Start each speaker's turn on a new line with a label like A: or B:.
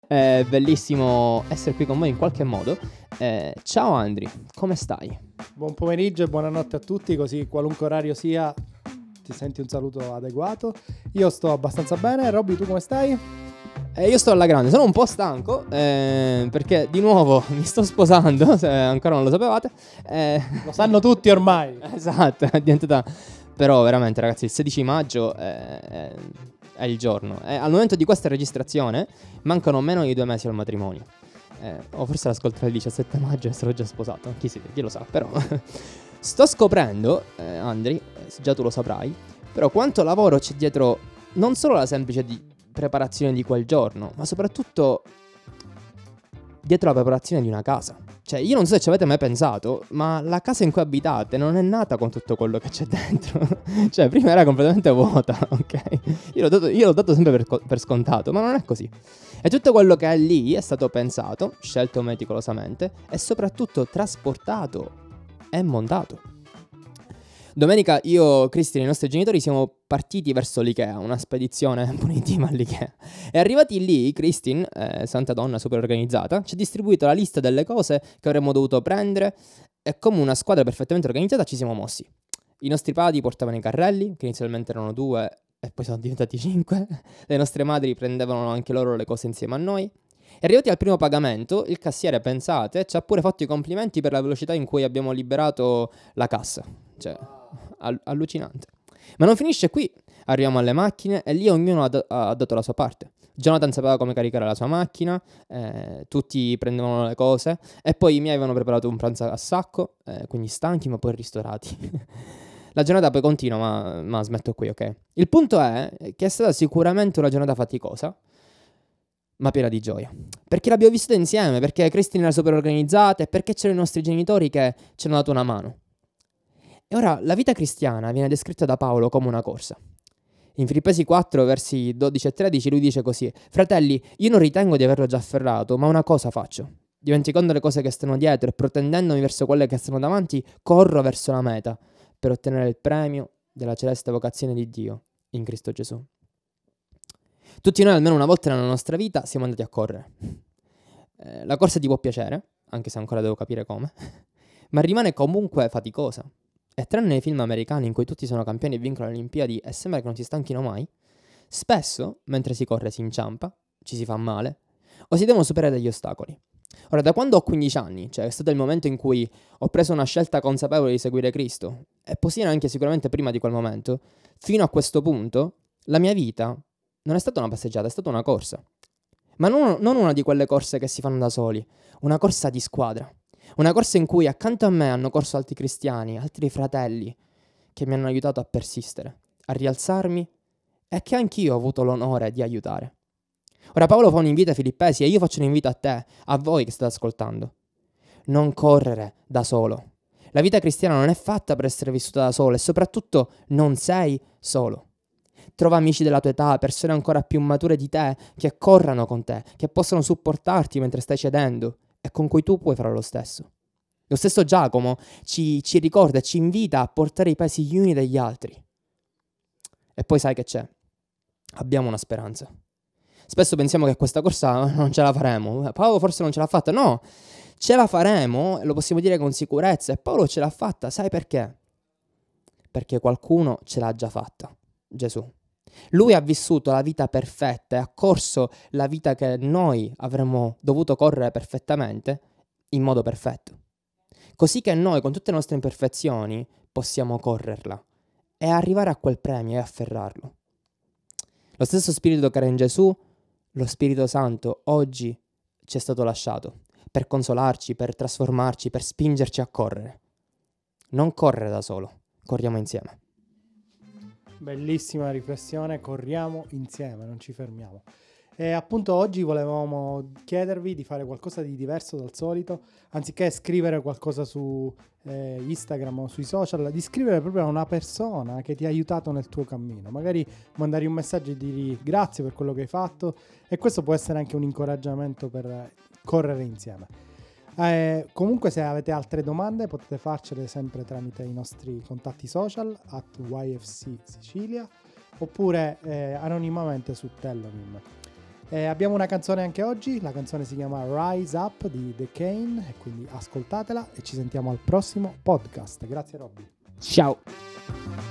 A: È bellissimo essere qui con voi in qualche modo. Ciao Andri, come stai?
B: Buon pomeriggio e buonanotte a tutti, così qualunque orario sia ti senti un saluto adeguato. Io sto abbastanza bene. Robby, tu come stai?
A: Io sto alla grande, sono un po' stanco perché di nuovo mi sto sposando, se ancora non lo sapevate.
B: Lo sanno tutti ormai.
A: Esatto, è diventata... Però veramente ragazzi, il 16 maggio è il giorno. Al momento di questa registrazione mancano meno di 2 mesi al matrimonio. O forse l'ascolterò il 17 maggio e sarò già sposato, chi lo sa, però... Sto scoprendo, Andri, già tu lo saprai, però quanto lavoro c'è dietro non solo la semplice preparazione di quel giorno, ma soprattutto dietro la preparazione di una casa. Cioè, io non so se ci avete mai pensato, ma la casa in cui abitate non è nata con tutto quello che c'è dentro. Cioè, prima era completamente vuota, ok? Io l'ho dato sempre per scontato, ma non è così. E tutto quello che è lì è stato pensato, scelto meticolosamente, e soprattutto trasportato e montato. Domenica io, Cristian e i nostri genitori siamo partiti verso l'Ikea, una spedizione punitiva all'Ikea. E arrivati lì, Christine, santa donna super organizzata, ci ha distribuito la lista delle cose che avremmo dovuto prendere e come una squadra perfettamente organizzata ci siamo mossi. I nostri padri portavano i carrelli, che inizialmente erano 2 e poi sono diventati 5. Le nostre madri prendevano anche loro le cose insieme a noi. E arrivati al primo pagamento, il cassiere, pensate, ci ha pure fatto i complimenti per la velocità in cui abbiamo liberato la cassa. Cioè, allucinante. Ma non finisce qui. Arriviamo alle macchine e lì ognuno ha dato la sua parte. Jonathan sapeva come caricare la sua macchina, tutti prendevano le cose e poi i miei avevano preparato un pranzo a sacco, quindi stanchi ma poi ristorati. La giornata poi continua, ma smetto qui, ok? Il punto è che è stata sicuramente una giornata faticosa, ma piena di gioia. Perché l'abbiamo vissuta insieme, perché Cristina era super organizzata e perché c'erano i nostri genitori che ci hanno dato una mano. E ora la vita cristiana viene descritta da Paolo come una corsa. In Filippesi 4, versi 12 e 13, lui dice così: Fratelli, io non ritengo di averlo già afferrato, ma una cosa faccio. Dimenticando le cose che stanno dietro e protendendomi verso quelle che stanno davanti, corro verso la meta per ottenere il premio della celeste vocazione di Dio in Cristo Gesù. Tutti noi almeno una volta nella nostra vita siamo andati a correre. La corsa ti può piacere, anche se ancora devo capire come, ma rimane comunque faticosa. E tranne nei film americani in cui tutti sono campioni e vincono le Olimpiadi e sembra che non si stanchino mai, spesso, mentre si corre, si inciampa, ci si fa male, o si devono superare degli ostacoli. Ora, da quando ho 15 anni, cioè è stato il momento in cui ho preso una scelta consapevole di seguire Cristo, e possibile anche sicuramente prima di quel momento, fino a questo punto, la mia vita non è stata una passeggiata, è stata una corsa. Ma non una di quelle corse che si fanno da soli, una corsa di squadra. Una corsa in cui accanto a me hanno corso altri cristiani, altri fratelli, che mi hanno aiutato a persistere, a rialzarmi e che anch'io ho avuto l'onore di aiutare. Ora Paolo fa un invito ai Filippesi e io faccio un invito a te, a voi che state ascoltando. Non correre da solo. La vita cristiana non è fatta per essere vissuta da solo e soprattutto non sei solo. Trova amici della tua età, persone ancora più mature di te, che corrano con te, che possono supportarti mentre stai cedendo e con cui tu puoi fare lo stesso. Lo stesso Giacomo ci ricorda e ci invita a portare i pesi gli uni degli altri. E poi sai che c'è? Abbiamo una speranza. Spesso pensiamo che questa corsa non ce la faremo. Paolo forse non ce l'ha fatta. No, ce la faremo, lo possiamo dire con sicurezza. E Paolo ce l'ha fatta, sai perché? Perché qualcuno ce l'ha già fatta. Gesù. Lui ha vissuto la vita perfetta e ha corso la vita che noi avremmo dovuto correre perfettamente in modo perfetto. Così che noi, con tutte le nostre imperfezioni, possiamo correrla e arrivare a quel premio e afferrarlo. Lo stesso Spirito che era in Gesù, lo Spirito Santo, oggi ci è stato lasciato per consolarci, per trasformarci, per spingerci a correre. Non correre da solo, corriamo insieme.
B: Bellissima riflessione, corriamo insieme, non ci fermiamo. E appunto oggi volevamo chiedervi di fare qualcosa di diverso dal solito, anziché scrivere qualcosa su Instagram o sui social, di scrivere proprio a una persona che ti ha aiutato nel tuo cammino. Magari mandare un messaggio e dirgli grazie per quello che hai fatto, e questo può essere anche un incoraggiamento per correre insieme. Comunque, se avete altre domande potete farcele sempre tramite i nostri contatti social @YFC Sicilia oppure anonimamente su Telonym. Abbiamo una canzone anche oggi, la canzone si chiama Rise Up di The Kane, e quindi ascoltatela e ci sentiamo al prossimo podcast. Grazie Robby.
A: Ciao.